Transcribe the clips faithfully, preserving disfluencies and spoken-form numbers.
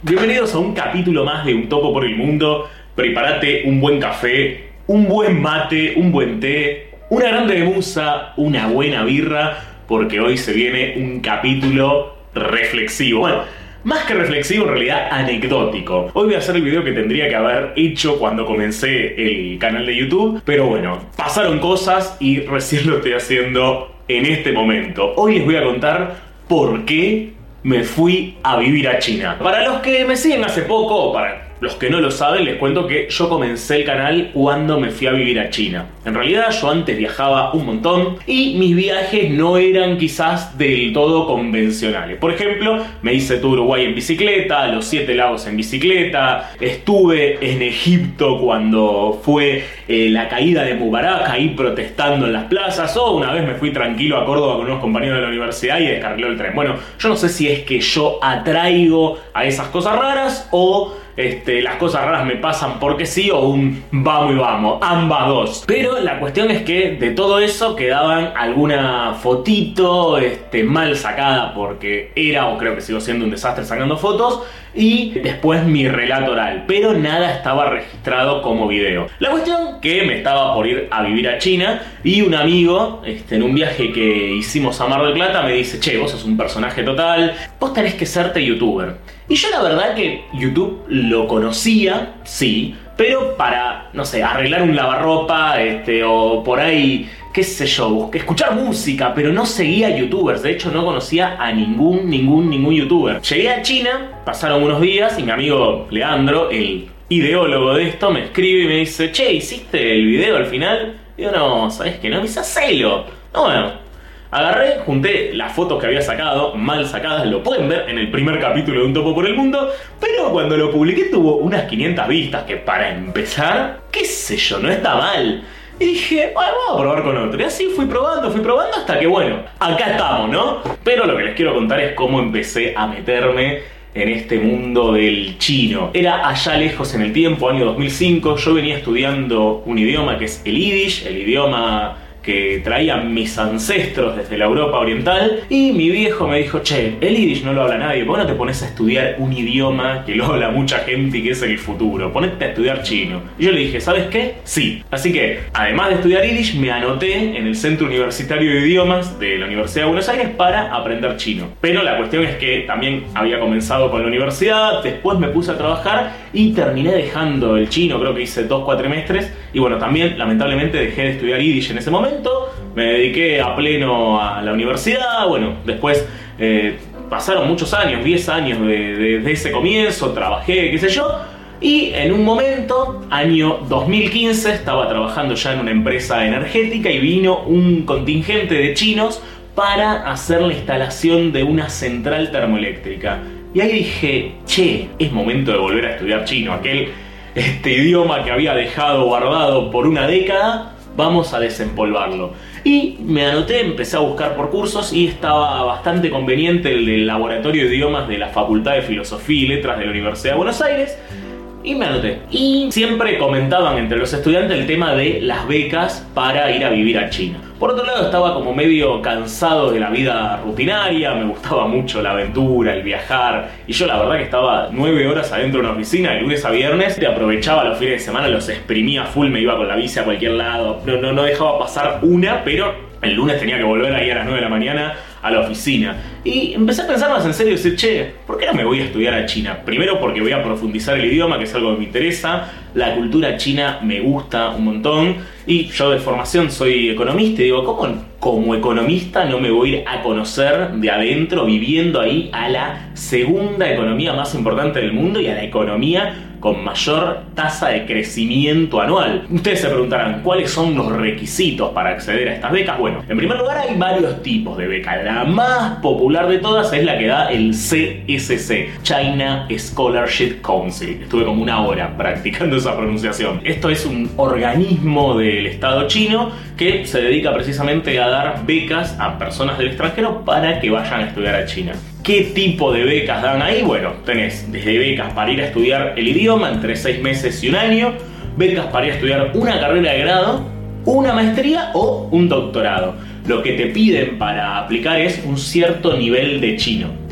Bienvenidos a un capítulo más de Un Topo por el Mundo. Prepárate un buen café, un buen mate, un buen té, una grande musa, una buena birra, porque hoy se viene un capítulo reflexivo. Bueno, más que reflexivo, en realidad anecdótico. Hoy voy a hacer el video que tendría que haber hecho cuando comencé el canal de YouTube, pero bueno, pasaron cosas y recién lo estoy haciendo en este momento. Hoy les voy a contar por qué me fui a vivir a China. Para los que me siguen hace poco, o para los que no lo saben, les cuento que yo comencé el canal cuando me fui a vivir a China. En realidad yo antes viajaba un montón y mis viajes no eran quizás del todo convencionales. Por ejemplo, me hice todo Uruguay en bicicleta, los siete lagos en bicicleta, estuve en Egipto cuando fue eh, la caída de Mubarak, ahí protestando en las plazas, o una vez me fui tranquilo a Córdoba con unos compañeros de la universidad y descarriló el tren. Bueno, yo no sé si es que yo atraigo a esas cosas raras o Este, las cosas raras me pasan porque sí, o un vamos y vamos, ambas dos. Pero la cuestión es que de todo eso quedaban alguna fotito este, mal sacada, porque era, o creo que sigo siendo un desastre sacando fotos, y después mi relato oral, pero nada estaba registrado como video. La cuestión que me estaba por ir a vivir a China y un amigo, este, en un viaje que hicimos a Mar del Plata, me dice: che, vos sos un personaje total, vos tenés que serte youtuber. Y yo la verdad que YouTube lo conocía, sí, pero para, no sé, arreglar un lavarropa, este, o por ahí, qué sé yo, escuchar música, pero no seguía youtubers. De hecho, no conocía a ningún, ningún, ningún youtuber. Llegué a China, pasaron unos días y mi amigo Leandro, el ideólogo de esto, me escribe y me dice: che, ¿hiciste el video al final? Y yo, no, ¿sabés qué? No, me dice: hacelo. No, bueno. Agarré, junté las fotos que había sacado, mal sacadas, lo pueden ver en el primer capítulo de Un Topo por el Mundo, pero cuando lo publiqué tuvo unas quinientas vistas, que para empezar, qué sé yo, no está mal. Y dije, bueno, vamos a probar con otro. Y así fui probando, fui probando hasta que, bueno, acá estamos, ¿no? Pero lo que les quiero contar es cómo empecé a meterme en este mundo del chino. Era allá lejos en el tiempo, año dos mil cinco, yo venía estudiando un idioma que es el Yiddish, el idioma que traían mis ancestros desde la Europa oriental, y mi viejo me dijo: che, el Yiddish no lo habla nadie, ¿por qué no te pones a estudiar un idioma que lo habla mucha gente y que es el futuro? Ponete a estudiar chino. Y yo le dije: ¿sabes qué? Sí. Así que, además de estudiar Yiddish, me anoté en el Centro Universitario de Idiomas de la Universidad de Buenos Aires para aprender chino. Pero la cuestión es que también había comenzado con la universidad, después me puse a trabajar y terminé dejando el chino, creo que hice dos cuatrimestres, y bueno, también lamentablemente dejé de estudiar Yiddish en ese momento. Me dediqué a pleno a la universidad. Bueno, después eh, pasaron muchos años, diez años de, de, de ese comienzo, trabajé, qué sé yo, y en un momento, año dos mil quince, estaba trabajando ya en una empresa energética y vino un contingente de chinos para hacer la instalación de una central termoeléctrica. Y ahí dije: che, es momento de volver a estudiar chino, aquel este idioma que había dejado guardado por una década. Vamos a desempolvarlo. Y me anoté, empecé a buscar por cursos y estaba bastante conveniente el del Laboratorio de Idiomas de la Facultad de Filosofía y Letras de la Universidad de Buenos Aires. Y me anoté. Y siempre comentaban entre los estudiantes el tema de las becas para ir a vivir a China. Por otro lado, estaba como medio cansado de la vida rutinaria, me gustaba mucho la aventura, el viajar, y yo la verdad que estaba nueve horas adentro de una oficina de lunes a viernes, y aprovechaba los fines de semana, los exprimía full, me iba con la bici a cualquier lado, no, no, no dejaba pasar una, pero el lunes tenía que volver ahí a las nueve de la mañana a la oficina. Y empecé a pensar más en serio y decir: che, ¿por qué no me voy a estudiar a China? Primero porque voy a profundizar el idioma, que es algo que me interesa, la cultura china me gusta un montón, y yo de formación soy economista, y digo, ¿cómo como economista no me voy a ir a conocer de adentro, viviendo ahí, a la segunda economía más importante del mundo y a la economía con mayor tasa de crecimiento anual? Ustedes se preguntarán, ¿cuáles son los requisitos para acceder a estas becas? Bueno, en primer lugar hay varios tipos de becas. La más popular de todas es la que da el C S C, China Scholarship Council. Estuve como una hora practicando esa pronunciación. Esto es un organismo del Estado chino que se dedica precisamente a dar becas a personas del extranjero para que vayan a estudiar a China. ¿Qué tipo de becas dan ahí? Bueno, tenés desde becas para ir a estudiar el idioma entre seis meses y un año, becas para ir a estudiar una carrera de grado, una maestría o un doctorado. Lo que te piden para aplicar es un cierto nivel de chino.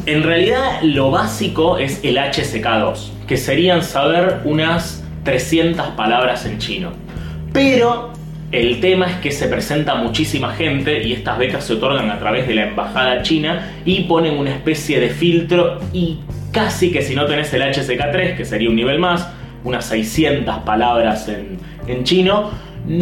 En realidad lo básico es el H S K dos, que serían saber unas trescientas palabras en chino. Pero el tema es que se presenta muchísima gente y estas becas se otorgan a través de la embajada china y ponen una especie de filtro y casi que si no tenés el H S K tres, que sería un nivel más, unas seiscientas palabras en, en chino,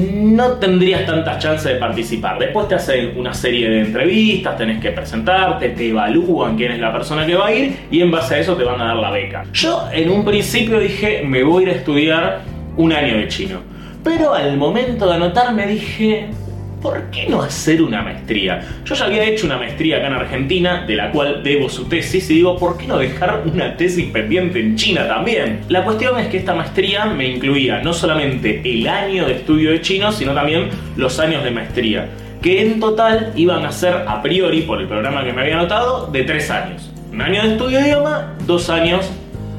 no tendrías tantas chances de participar. Después te hacen una serie de entrevistas, tenés que presentarte, te evalúan quién es la persona que va a ir y en base a eso te van a dar la beca. Yo en un principio dije, me voy a ir a estudiar un año de chino. Pero al momento de anotarme dije, ¿por qué no hacer una maestría? Yo ya había hecho una maestría acá en Argentina, de la cual debo su tesis, y digo, ¿por qué no dejar una tesis pendiente en China también? La cuestión es que esta maestría me incluía no solamente el año de estudio de chino, sino también los años de maestría, que en total iban a ser, a priori, por el programa que me había anotado, de tres años. Un año de estudio de idioma, dos años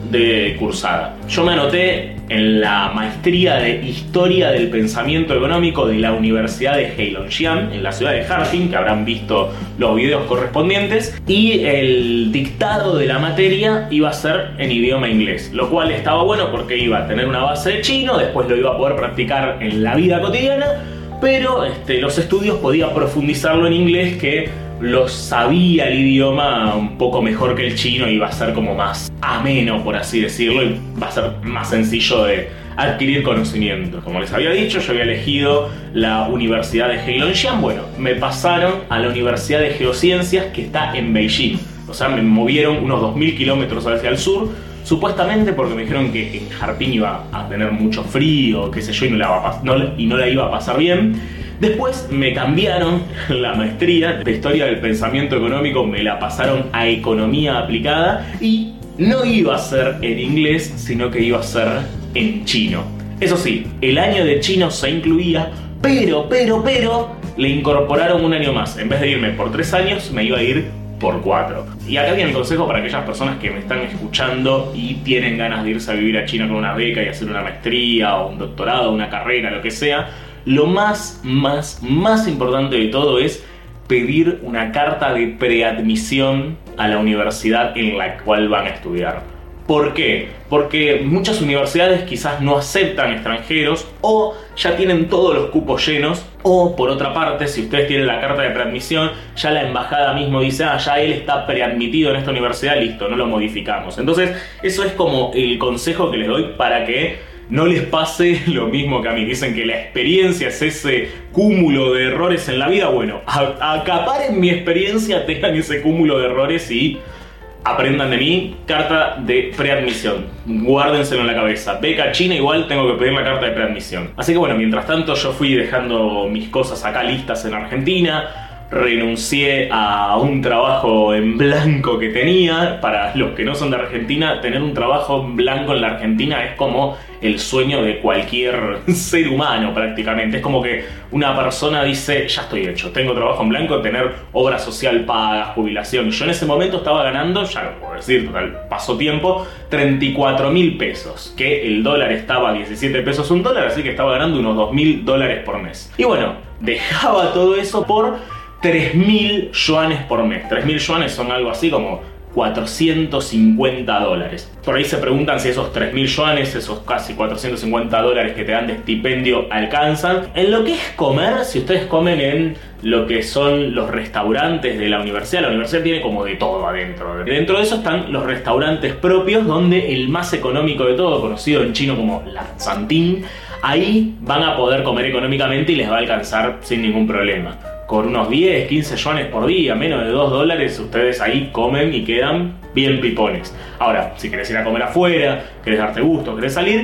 de cursada. Yo me anoté en la maestría de Historia del Pensamiento Económico de la Universidad de Heilongjiang, en la ciudad de Harbin, que habrán visto los videos correspondientes, y el dictado de la materia iba a ser en idioma inglés, lo cual estaba bueno porque iba a tener una base de chino, después lo iba a poder practicar en la vida cotidiana, pero este, los estudios podía profundizarlo en inglés, que lo sabía el idioma un poco mejor que el chino y va a ser como más ameno, por así decirlo, y va a ser más sencillo de adquirir conocimiento. Como les había dicho, yo había elegido la Universidad de Heilongjiang. Bueno, me pasaron a la Universidad de Geociencias, que está en Beijing. O sea, me movieron unos dos mil kilómetros hacia el sur, supuestamente porque me dijeron que en Harbin iba a tener mucho frío, qué sé yo, y no la, iba a no, y no la iba a pasar bien. Después me cambiaron la maestría de Historia del Pensamiento Económico, me la pasaron a Economía Aplicada y no iba a ser en inglés, sino que iba a ser en chino. Eso sí, el año de chino se incluía, pero, pero, pero, le incorporaron un año más. En vez de irme por tres años, me iba a ir por cuatro. Y acá viene el consejo para aquellas personas que me están escuchando y tienen ganas de irse a vivir a China con una beca y hacer una maestría o un doctorado, una carrera, lo que sea. Lo más, más, más importante de todo es pedir una carta de preadmisión a la universidad en la cual van a estudiar. ¿Por qué? Porque muchas universidades quizás no aceptan extranjeros o ya tienen todos los cupos llenos, o por otra parte, si ustedes tienen la carta de preadmisión, ya la embajada mismo dice, ah, ya él está preadmitido en esta universidad, listo, no lo modificamos. Entonces, eso es como el consejo que les doy para que no les pase lo mismo que a mí. Dicen que la experiencia es ese cúmulo de errores en la vida. Bueno, acaparen mi experiencia, tengan ese cúmulo de errores y aprendan de mí. Carta de preadmisión, guárdenselo en la cabeza. Beca china, igual tengo que pedir la carta de preadmisión. Así que bueno, mientras tanto yo fui dejando mis cosas acá listas en Argentina. Renuncié a un trabajo en blanco que tenía. Para los que no son de Argentina, tener un trabajo en blanco en la Argentina es como el sueño de cualquier ser humano prácticamente. Es como que una persona dice, ya estoy hecho, tengo trabajo en blanco, tener obra social paga, jubilación. Yo en ese momento estaba ganando, ya lo puedo decir, total, pasó tiempo, treinta y cuatro mil pesos, que el dólar estaba a diecisiete pesos un dólar, así que estaba ganando unos dos mil dólares por mes. Y bueno, dejaba todo eso por tres mil yuanes por mes. tres mil yuanes son algo así como cuatrocientos cincuenta dólares. Por ahí se preguntan si esos tres mil yuanes, esos casi cuatrocientos cincuenta dólares que te dan de estipendio, alcanzan. En lo que es comer, si ustedes comen en lo que son los restaurantes de la universidad, la universidad tiene como de todo adentro. Dentro de eso están los restaurantes propios, donde el más económico de todo, conocido en chino como la Santín, ahí van a poder comer económicamente y les va a alcanzar sin ningún problema. Con unos diez, quince yuanes por día, menos de dos dólares, ustedes ahí comen y quedan bien pipones. Ahora, si querés ir a comer afuera, querés darte gusto, querés salir,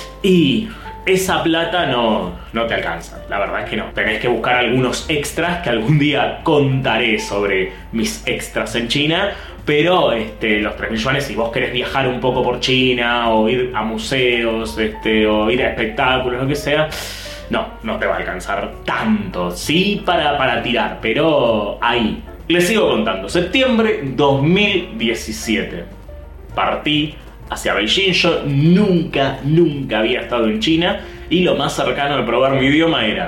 y esa plata no, no te alcanza. La verdad es que no. Tenés que buscar algunos extras, que algún día contaré sobre mis extras en China. Pero este, los tres mil yuanes, si vos querés viajar un poco por China, o ir a museos, este, o ir a espectáculos, lo que sea, no, no te va a alcanzar tanto, sí para, para tirar, pero ahí. Les sigo contando. Septiembre dos mil diecisiete. Partí hacia Beijing. Yo nunca, nunca había estado en China y lo más cercano de probar mi idioma era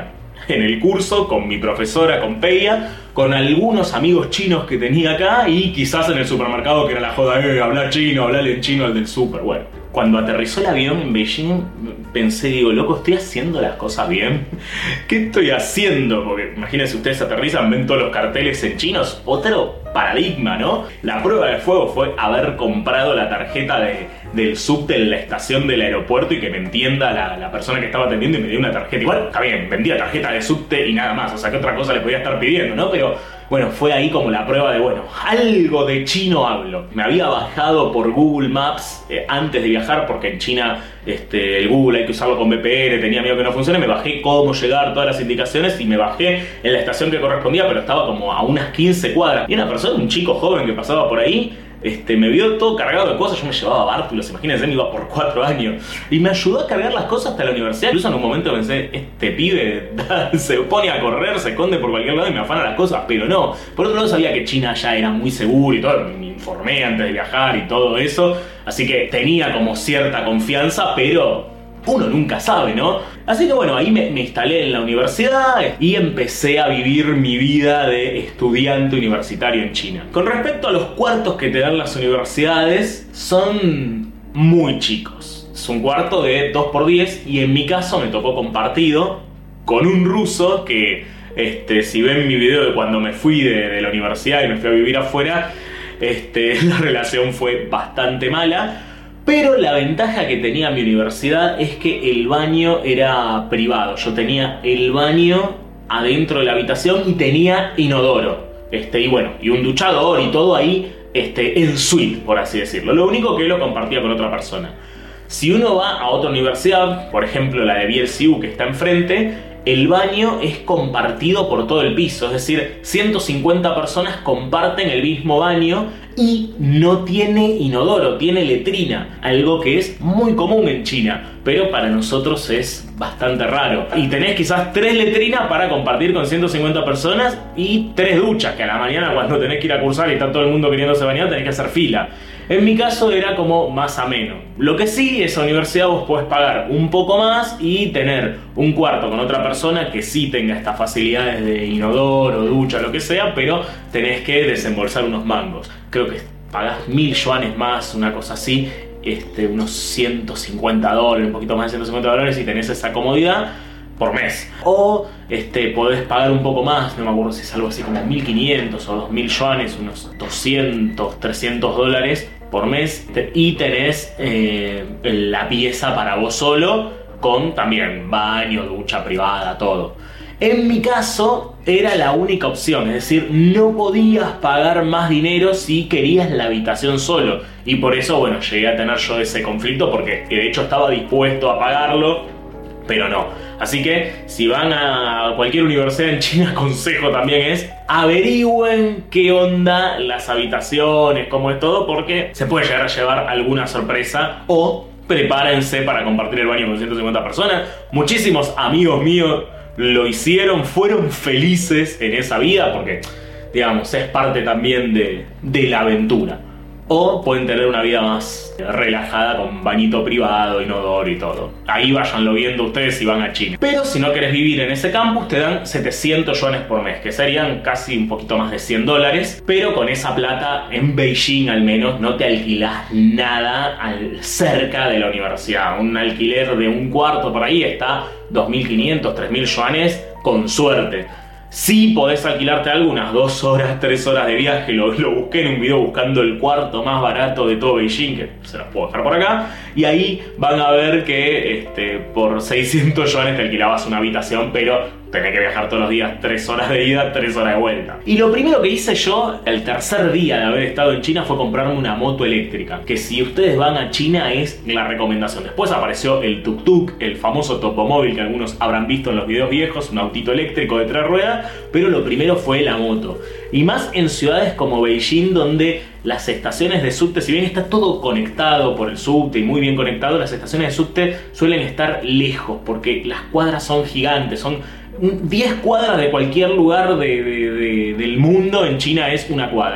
en el curso, con mi profesora, con Peia, con algunos amigos chinos que tenía acá y quizás en el supermercado que era la joda, eh, hablar chino, hablarle en chino al del super. Bueno, cuando aterrizó el avión en Beijing pensé, digo, loco, ¿estoy haciendo las cosas bien? ¿Qué estoy haciendo? Porque imagínense, ustedes aterrizan, ven todos los carteles en chinos, otro paradigma, ¿no? La prueba de fuego fue haber comprado la tarjeta de, del subte en la estación del aeropuerto y que me entienda la, la persona que estaba atendiendo y me dio una tarjeta. Igual, está bien, vendía tarjeta de subte y nada más, o sea, ¿qué otra cosa le podía estar pidiendo, no? Pero bueno, fue ahí como la prueba de, bueno, algo de chino hablo. Me había bajado por Google Maps eh, antes de viajar, porque en China este, el Google hay que usarlo con V P N, tenía miedo que no funcione, me bajé cómo llegar, todas las indicaciones, y me bajé en la estación que correspondía, pero estaba como a unas quince cuadras. Y una persona, un chico joven que pasaba por ahí, Este, me vio todo cargado de cosas. Yo me llevaba bártulos, imagínense, me iba por cuatro años y me ayudó a cargar las cosas hasta la universidad. Incluso en un momento pensé, este pibe se pone a correr, se esconde por cualquier lado y me afana las cosas, pero no. Por otro lado, sabía que China ya era muy seguro y todo, me informé antes de viajar y todo eso, así que tenía como cierta confianza, pero uno nunca sabe, ¿no? Así que bueno, ahí me, me instalé en la universidad y empecé a vivir mi vida de estudiante universitario en China. Con respecto a los cuartos que te dan las universidades, son muy chicos. Es un cuarto de dos por diez y en mi caso me tocó compartido con un ruso que, este, si ven mi video de cuando me fui de, de la universidad y me fui a vivir afuera, este, la relación fue bastante mala. Pero la ventaja que tenía mi universidad es que el baño era privado. Yo tenía el baño adentro de la habitación y tenía inodoro. Este, y bueno, y un duchador y todo ahí este, en suite, por así decirlo. Lo único que lo compartía con otra persona. Si uno va a otra universidad, por ejemplo la de B L C U que está enfrente, el baño es compartido por todo el piso. Es decir, ciento cincuenta personas comparten el mismo baño y no tiene inodoro, tiene letrina, algo que es muy común en China, pero para nosotros es bastante raro. Y tenés quizás tres letrinas para compartir con ciento cincuenta personas y tres duchas, que a la mañana cuando tenés que ir a cursar y está todo el mundo queriéndose bañar, tenés que hacer fila. En mi caso era como más ameno. Lo que sí, esa universidad vos podés pagar un poco más y tener un cuarto con otra persona que sí tenga estas facilidades de inodoro, ducha, lo que sea, pero tenés que desembolsar unos mangos. Creo que pagás mil yuanes más, una cosa así, este, unos ciento cincuenta dólares, un poquito más de ciento cincuenta dólares y tenés esa comodidad por mes. O este, podés pagar un poco más, no me acuerdo si es algo así como mil quinientos o dos mil yuanes, unos doscientos, trescientos dólares por mes, y tenés eh, la pieza para vos solo, con también baño, ducha privada, todo. En mi caso era la única opción, es decir, no podías pagar más dinero si querías la habitación solo, y por eso, bueno, llegué a tener yo ese conflicto, porque de hecho estaba dispuesto a pagarlo, pero no. Así que si van a cualquier universidad en China, consejo también es averigüen qué onda las habitaciones, cómo es todo, porque se puede llegar a llevar alguna sorpresa, o prepárense para compartir el baño con ciento cincuenta personas. Muchísimos amigos míos lo hicieron, fueron felices en esa vida, porque digamos, es parte también de, de la aventura. O pueden tener una vida más relajada con bañito privado, inodoro y todo. Ahí váyanlo viendo ustedes si van a China. Pero si no querés vivir en ese campus, te dan setecientos yuanes por mes, que serían casi un poquito más de cien dólares. Pero con esa plata, en Beijing al menos, no te alquilás nada al, cerca de la universidad. Un alquiler de un cuarto por ahí está dos mil quinientos, tres mil yuanes con suerte. Sí podés alquilarte algunas dos horas, tres horas de viaje. Lo, lo busqué en un video buscando el cuarto más barato de todo Beijing, que se los puedo dejar por acá. Y ahí van a ver que este, por seiscientos yuanes te alquilabas una habitación, pero tenés que viajar todos los días, tres horas de ida, tres horas de vuelta. Y lo primero que hice yo, el tercer día de haber estado en China, fue comprarme una moto eléctrica. Que si ustedes van a China es la recomendación. Después apareció el tuk-tuk, el famoso topomóvil que algunos habrán visto en los videos viejos, un autito eléctrico de tres ruedas. Pero lo primero fue la moto. Y más en ciudades como Beijing, donde las estaciones de subte, si bien está todo conectado por el subte y muy bien conectado, las estaciones de subte suelen estar lejos, porque las cuadras son gigantes, son diez cuadras de cualquier lugar de, de, de, del mundo. En China es una cuadra.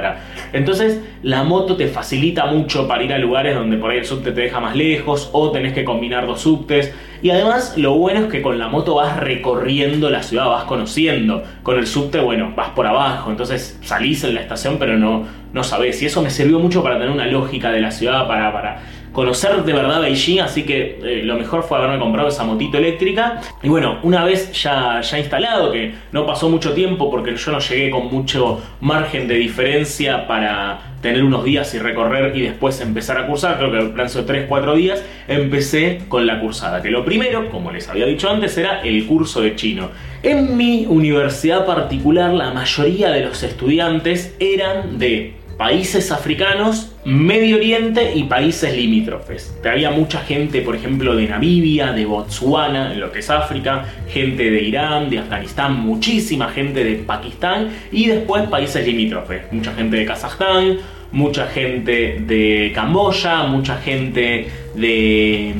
Entonces la moto te facilita mucho para ir a lugares donde por ahí el subte te deja más lejos o tenés que combinar dos subtes. Y además lo bueno es que con la moto vas recorriendo la ciudad, vas conociendo. Con el subte, bueno, vas por abajo, entonces salís en la estación pero no, no sabés. Y eso me sirvió mucho para tener una lógica de la ciudad, para... para conocer de verdad Beijing, así que eh, lo mejor fue haberme comprado esa motito eléctrica. Y bueno, una vez ya, ya instalado, que no pasó mucho tiempo porque yo no llegué con mucho margen de diferencia para tener unos días y recorrer y después empezar a cursar, creo que el plazo de tres cuatro días, empecé con la cursada, que lo primero, como les había dicho antes, era el curso de chino. En mi universidad particular, la mayoría de los estudiantes eran de países africanos, Medio Oriente y países limítrofes. Había mucha gente, por ejemplo, de Namibia, de Botsuana, en lo que es África, gente de Irán, de Afganistán, muchísima gente de Pakistán y después países limítrofes. Mucha gente de Kazajstán, mucha gente de Camboya, mucha gente de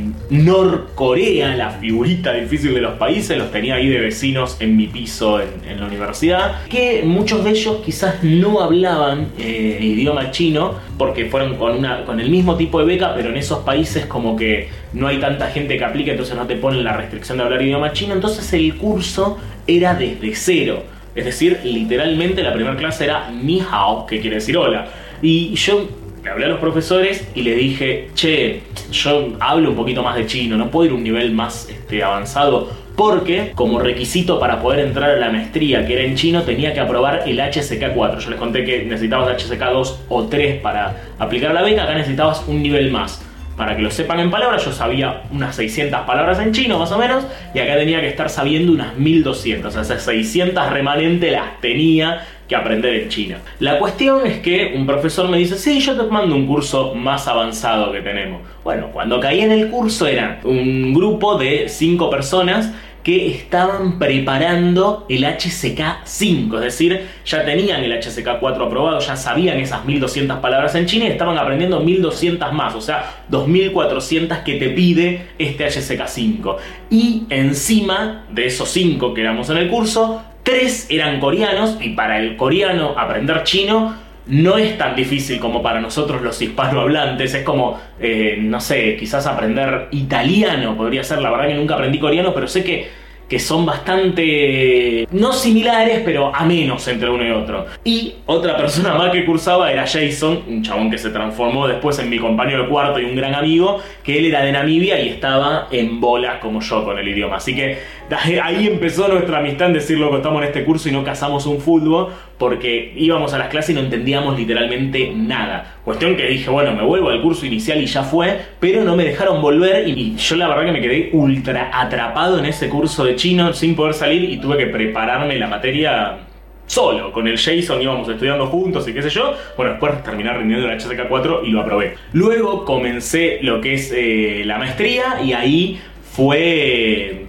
Norcorea, la figurita difícil de los países, los tenía ahí de vecinos en mi piso en, en la universidad, que muchos de ellos quizás no hablaban eh, idioma chino porque fueron con, una, con el mismo tipo de beca, pero en esos países como que no hay tanta gente que aplique, entonces no te ponen la restricción de hablar idioma chino, entonces el curso era desde cero, es decir, literalmente la primera clase era Ni Hao, que quiere decir hola. Y yo le hablé a los profesores y le dije, che, yo hablo un poquito más de chino, no puedo ir a un nivel más este, avanzado, porque como requisito para poder entrar a la maestría que era en chino tenía que aprobar el H S K cuatro. Yo les conté que necesitabas H S K dos o tres para aplicar la beca, acá necesitabas un nivel más. Para que lo sepan en palabras, yo sabía unas seiscientas palabras en chino más o menos, y acá tenía que estar sabiendo unas mil doscientas, o sea, esas seiscientas remanentes las tenía que aprender en China. La cuestión es que un profesor me dice, sí, yo te mando un curso más avanzado que tenemos. Bueno, cuando caí en el curso era un grupo de cinco personas que estaban preparando el H S K cinco, es decir, ya tenían el H S K cuatro aprobado, ya sabían esas mil doscientas palabras en chino y estaban aprendiendo mil doscientas más, o sea, dos mil cuatrocientas que te pide este H S K cinco. Y encima de esos cinco que éramos en el curso, tres eran coreanos, y para el coreano aprender chino no es tan difícil como para nosotros los hispanohablantes. Es como, eh, no sé, quizás aprender italiano podría ser. La verdad que nunca aprendí coreano, pero sé que, que son bastante, no similares, pero a menos entre uno y otro. Y otra persona más que cursaba era Jason, un chabón que se transformó después en mi compañero de cuarto y un gran amigo, que él era de Namibia y estaba en bolas como yo con el idioma. Así que ahí empezó nuestra amistad en decir, loco, estamos en este curso y no cazamos un fútbol, porque íbamos a las clases y no entendíamos literalmente nada. Cuestión que dije, bueno, me vuelvo al curso inicial y ya fue, pero no me dejaron volver y yo la verdad que me quedé ultra atrapado en ese curso de chino sin poder salir y tuve que prepararme la materia solo. Con el Jason íbamos estudiando juntos y qué sé yo. Bueno, después terminé rindiendo el H S K cuatro y lo aprobé. Luego comencé lo que es eh, la maestría y ahí fue...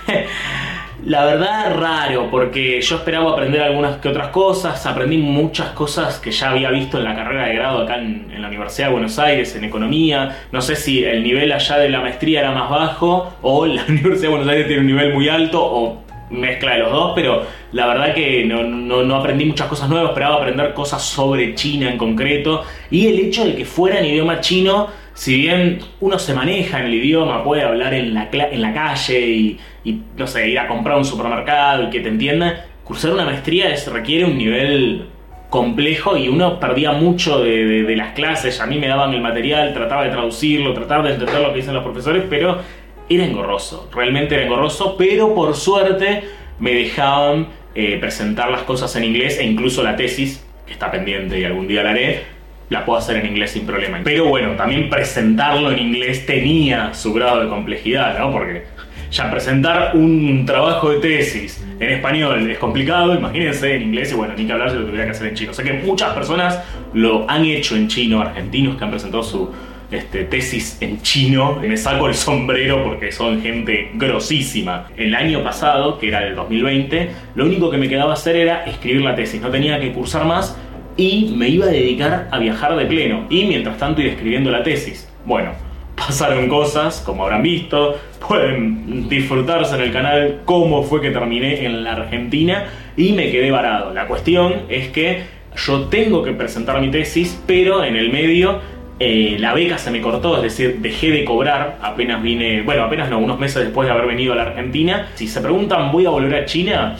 La verdad raro, porque yo esperaba aprender algunas que otras cosas, aprendí muchas cosas que ya había visto en la carrera de grado acá en, en la Universidad de Buenos Aires, en economía. No sé si el nivel allá de la maestría era más bajo o la Universidad de Buenos Aires tiene un nivel muy alto o mezcla de los dos, pero la verdad que no, no, no aprendí muchas cosas nuevas, esperaba aprender cosas sobre China en concreto, y el hecho de que fuera en idioma chino, si bien uno se maneja en el idioma, puede hablar en la, en la calle y, y, no sé, ir a comprar a un supermercado y que te entiendan, cursar una maestría es, requiere un nivel complejo y uno perdía mucho de, de, de las clases. A mí me daban el material, trataba de traducirlo, trataba de entender lo que dicen los profesores, pero era engorroso, realmente era engorroso, pero por suerte me dejaban eh, presentar las cosas en inglés e incluso la tesis, que está pendiente y algún día la haré, la puedo hacer en inglés sin problema. Pero bueno, también presentarlo en inglés tenía su grado de complejidad, ¿no? Porque ya presentar un trabajo de tesis en español es complicado, imagínense en inglés, y bueno, ni que hablar si lo tuviera que hacer en chino. Sé que muchas personas lo han hecho en chino, argentinos que han presentado su este, tesis en chino. Me saco el sombrero porque son gente grosísima. El año pasado, que era el dos mil veinte, lo único que me quedaba hacer era escribir la tesis, no tenía que cursar más y me iba a dedicar a viajar de pleno y mientras tanto ir escribiendo la tesis. Bueno, pasaron cosas, como habrán visto, pueden disfrutarse en el canal cómo fue que terminé en la Argentina y me quedé varado. La cuestión es que yo tengo que presentar mi tesis, pero en el medio eh, la beca se me cortó, es decir, dejé de cobrar apenas vine, bueno, apenas no, unos meses después de haber venido a la Argentina. Si se preguntan, ¿voy a volver a China?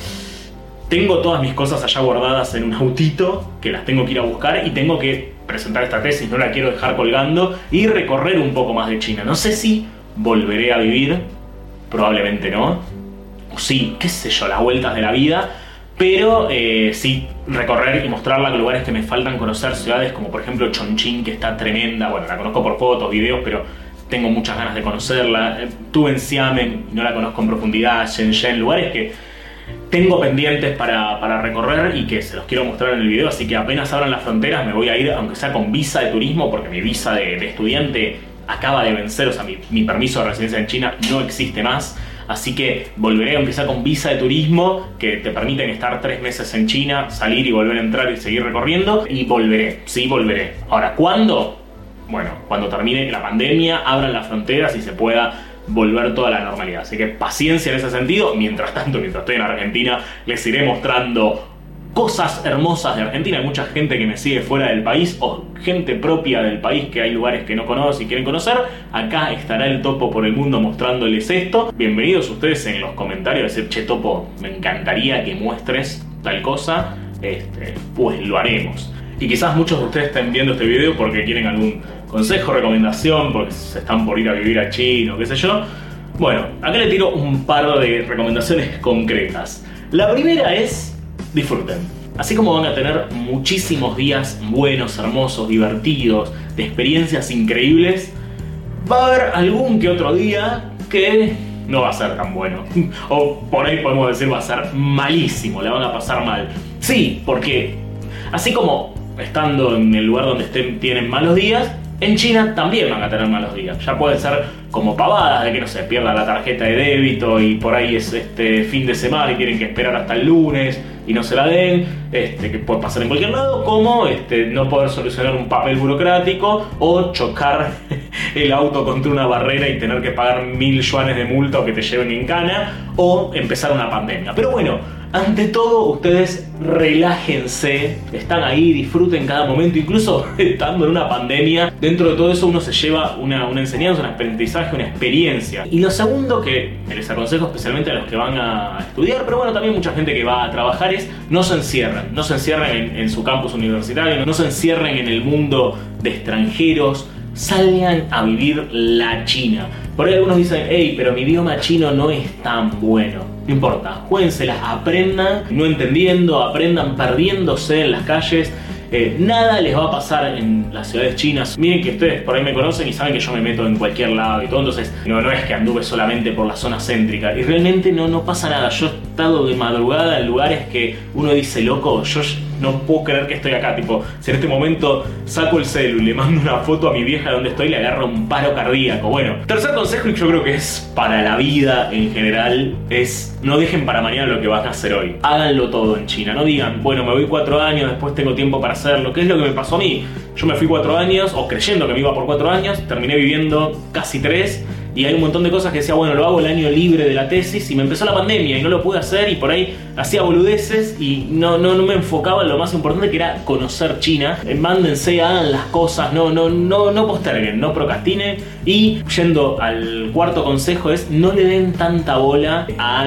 Tengo todas mis cosas allá guardadas en un autito, que las tengo que ir a buscar, y tengo que presentar esta tesis, no la quiero dejar colgando, y recorrer un poco más de China. No sé si volveré a vivir, probablemente no, o sí, qué sé yo, las vueltas de la vida, pero eh, sí recorrer y mostrar los lugares que me faltan conocer, ciudades como por ejemplo Chongqing, que está tremenda, bueno, la conozco por fotos, videos, pero tengo muchas ganas de conocerla. Estuve en Xiamen y no la conozco en profundidad, Shenzhen, lugares que tengo pendientes para, para recorrer y que se los quiero mostrar en el video, así que apenas abran las fronteras me voy a ir, aunque sea con visa de turismo, porque mi visa de, de estudiante acaba de vencer, o sea, mi, mi permiso de residencia en China no existe más. Así que volveré a empezar con visa de turismo, que te permiten estar tres meses en China, salir y volver a entrar y seguir recorriendo. Y volveré, sí, volveré. Ahora, ¿cuándo? Bueno, cuando termine la pandemia, abran las fronteras y se pueda volver toda la normalidad. Así que paciencia en ese sentido. Mientras tanto, mientras estoy en Argentina, les iré mostrando cosas hermosas de Argentina. Hay mucha gente que me sigue fuera del país o gente propia del país que hay lugares que no conocen y quieren conocer. Acá estará el Topo por el mundo mostrándoles esto. Bienvenidos ustedes en los comentarios a decir, che Topo, me encantaría que muestres tal cosa. Este, pues lo haremos. Y quizás muchos de ustedes estén viendo este video porque quieren algún consejo, recomendación, porque se están por ir a vivir a China o qué sé yo. Bueno, acá le tiro un par de recomendaciones concretas. La primera es: disfruten. Así como van a tener muchísimos días buenos, hermosos, divertidos, de experiencias increíbles, va a haber algún que otro día que no va a ser tan bueno. O por ahí podemos decir va a ser malísimo, la van a pasar mal. Sí, porque así como estando en el lugar donde estén tienen malos días, en China también van a tener malos días. Ya puede ser como pavadas de que no se pierda la tarjeta de débito y por ahí es este fin de semana y tienen que esperar hasta el lunes y no se la den, este, que puede pasar en cualquier lado, como este, no poder solucionar un papel burocrático o chocar el auto contra una barrera y tener que pagar mil yuanes de multa o que te lleven en cana, o empezar una pandemia. Pero bueno, ante todo, ustedes relájense, están ahí, disfruten cada momento, incluso estando en una pandemia. Dentro de todo eso uno se lleva una, una enseñanza, un aprendizaje, una experiencia. Y lo segundo que les aconsejo, especialmente a los que van a estudiar, pero bueno, también mucha gente que va a trabajar, es no se encierren, no se encierren en, en su campus universitario, no se encierren en el mundo de extranjeros, salgan a vivir la China. Por ahí algunos dicen, hey, pero mi idioma chino no es tan bueno. No importa, juéguenselas, aprendan no entendiendo, aprendan perdiéndose en las calles. Eh, nada les va a pasar en las ciudades chinas. Miren que ustedes por ahí me conocen y saben que yo me meto en cualquier lado y todo, entonces no, no es que anduve solamente por la zona céntrica. Y realmente no, no pasa nada. Yo he estado de madrugada en lugares que uno dice, loco, yo no puedo creer que estoy acá. Tipo, si en este momento saco el celu y le mando una foto a mi vieja de donde estoy, le agarro un paro cardíaco. Bueno, tercer consejo, y yo creo que es para la vida en general, es no dejen para mañana lo que van a hacer hoy. Háganlo todo en China. No digan, bueno, me voy cuatro años, después tengo tiempo para hacerlo. ¿Qué es lo que me pasó a mí? Yo me fui cuatro años, o creyendo que me iba por cuatro años, terminé viviendo casi tres. Y hay un montón de cosas que decía, bueno, lo hago el año libre de la tesis, y me empezó la pandemia y no lo pude hacer, y por ahí hacía boludeces y no, no, no me enfocaba en lo más importante, que era conocer China. Eh, mándense, hagan las cosas, no, no, no, no posterguen, no procrastinen. Y yendo al cuarto consejo es, no le den tanta bola a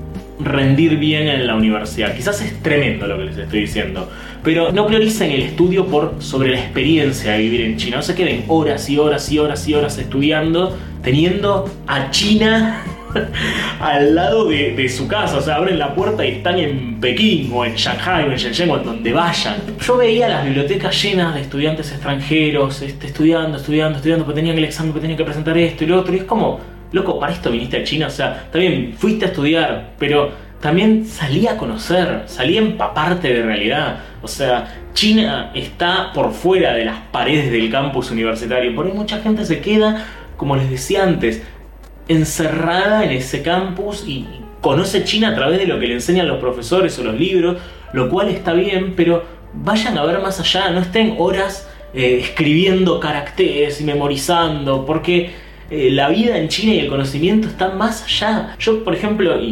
rendir bien en la universidad. Quizás es tremendo lo que les estoy diciendo, pero no prioricen el estudio por sobre la experiencia de vivir en China. No se queden horas y horas y horas y horas estudiando teniendo a China al lado de, de su casa. O sea, abren la puerta y están en Pekín o en Shanghai o en Shenzhen o en donde vayan. Yo veía las bibliotecas llenas de estudiantes extranjeros, este, estudiando, estudiando, estudiando, porque tenían el examen, porque tenían que presentar esto y lo otro, y es como, loco, para esto viniste a China. O sea, está bien, fuiste a estudiar, pero también salí a conocer, salí a empaparte de realidad. O sea, China está por fuera de las paredes del campus universitario. Por ahí mucha gente se queda, como les decía antes, encerrada en ese campus y conoce China a través de lo que le enseñan los profesores o los libros, lo cual está bien, pero vayan a ver más allá, no estén horas eh, escribiendo caracteres y memorizando, porque eh, la vida en China y el conocimiento están más allá. Yo, por ejemplo, y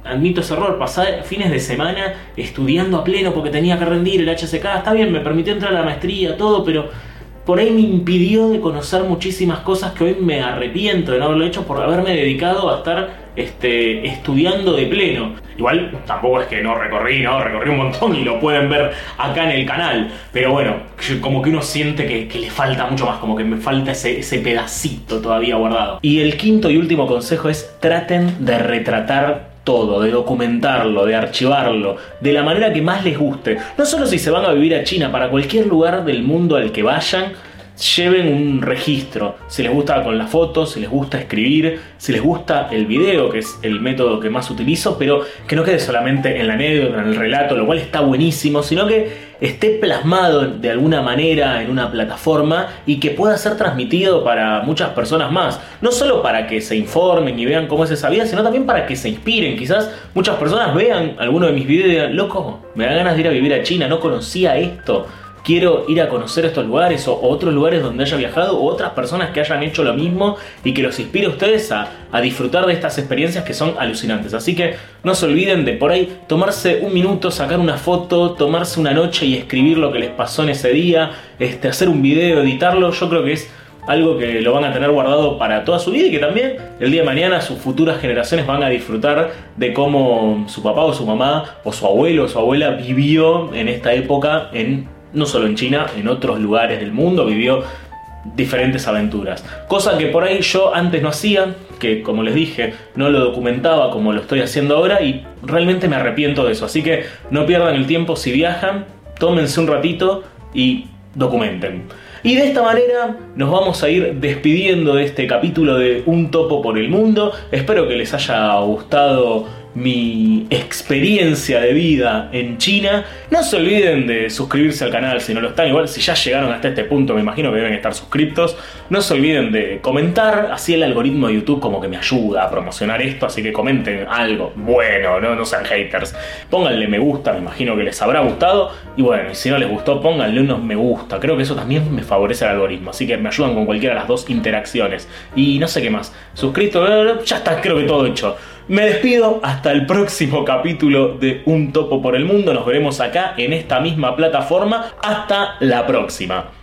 admito ese error, pasé fines de semana estudiando a pleno porque tenía que rendir el H S K. Está bien, me permitió entrar a la maestría, todo, pero por ahí me impidió de conocer muchísimas cosas que hoy me arrepiento de no haberlo hecho por haberme dedicado a estar este, estudiando de pleno. Igual tampoco es que no recorrí, no, recorrí un montón y lo pueden ver acá en el canal. Pero bueno, como que uno siente que, que le falta mucho más, como que me falta ese, ese pedacito todavía guardado. Y el quinto y último consejo es: traten de retratar todo, de documentarlo, de archivarlo, de la manera que más les guste. No solo si se van a vivir a China, para cualquier lugar del mundo al que vayan, lleven un registro. Si les gusta con las fotos, si les gusta escribir, si les gusta el video, que es el método que más utilizo, pero que no quede solamente en la anécdota, en el relato, lo cual está buenísimo, sino que esté plasmado de alguna manera en una plataforma y que pueda ser transmitido para muchas personas más. No solo para que se informen y vean cómo es esa vida, sino también para que se inspiren. Quizás muchas personas vean alguno de mis videos y digan: loco, me da ganas de ir a vivir a China, no conocía esto. Quiero ir a conocer estos lugares o otros lugares donde haya viajado, o otras personas que hayan hecho lo mismo, y que los inspire a ustedes a, a disfrutar de estas experiencias que son alucinantes. Así que no se olviden de por ahí tomarse un minuto, sacar una foto, tomarse una noche y escribir lo que les pasó en ese día, este, hacer un video, editarlo. Yo creo que es algo que lo van a tener guardado para toda su vida, y que también el día de mañana sus futuras generaciones van a disfrutar de cómo su papá o su mamá o su abuelo o su abuela vivió en esta época, en no solo en China, en otros lugares del mundo, vivió diferentes aventuras. Cosa que por ahí yo antes no hacía, que como les dije, no lo documentaba como lo estoy haciendo ahora, y realmente me arrepiento de eso. Así que no pierdan el tiempo si viajan, tómense un ratito y documenten. Y de esta manera nos vamos a ir despidiendo de este capítulo de Un Topo por el Mundo. Espero que les haya gustado mi experiencia de vida en China. No se olviden de suscribirse al canal si no lo están. Igual si ya llegaron hasta este punto, me imagino que deben estar suscriptos. No se olviden de comentar, así el algoritmo de YouTube como que me ayuda a promocionar esto. Así que comenten algo bueno, no, no sean haters. Pónganle me gusta, me imagino que les habrá gustado. Y bueno, y si no les gustó, pónganle unos me gusta. Creo que eso también me favorece al algoritmo, así que me ayudan con cualquiera de las dos interacciones. Y no sé qué más, suscrito, ya está, creo que todo hecho. Me despido hasta el próximo capítulo de Un Topo por el Mundo. Nos veremos acá en esta misma plataforma. Hasta la próxima.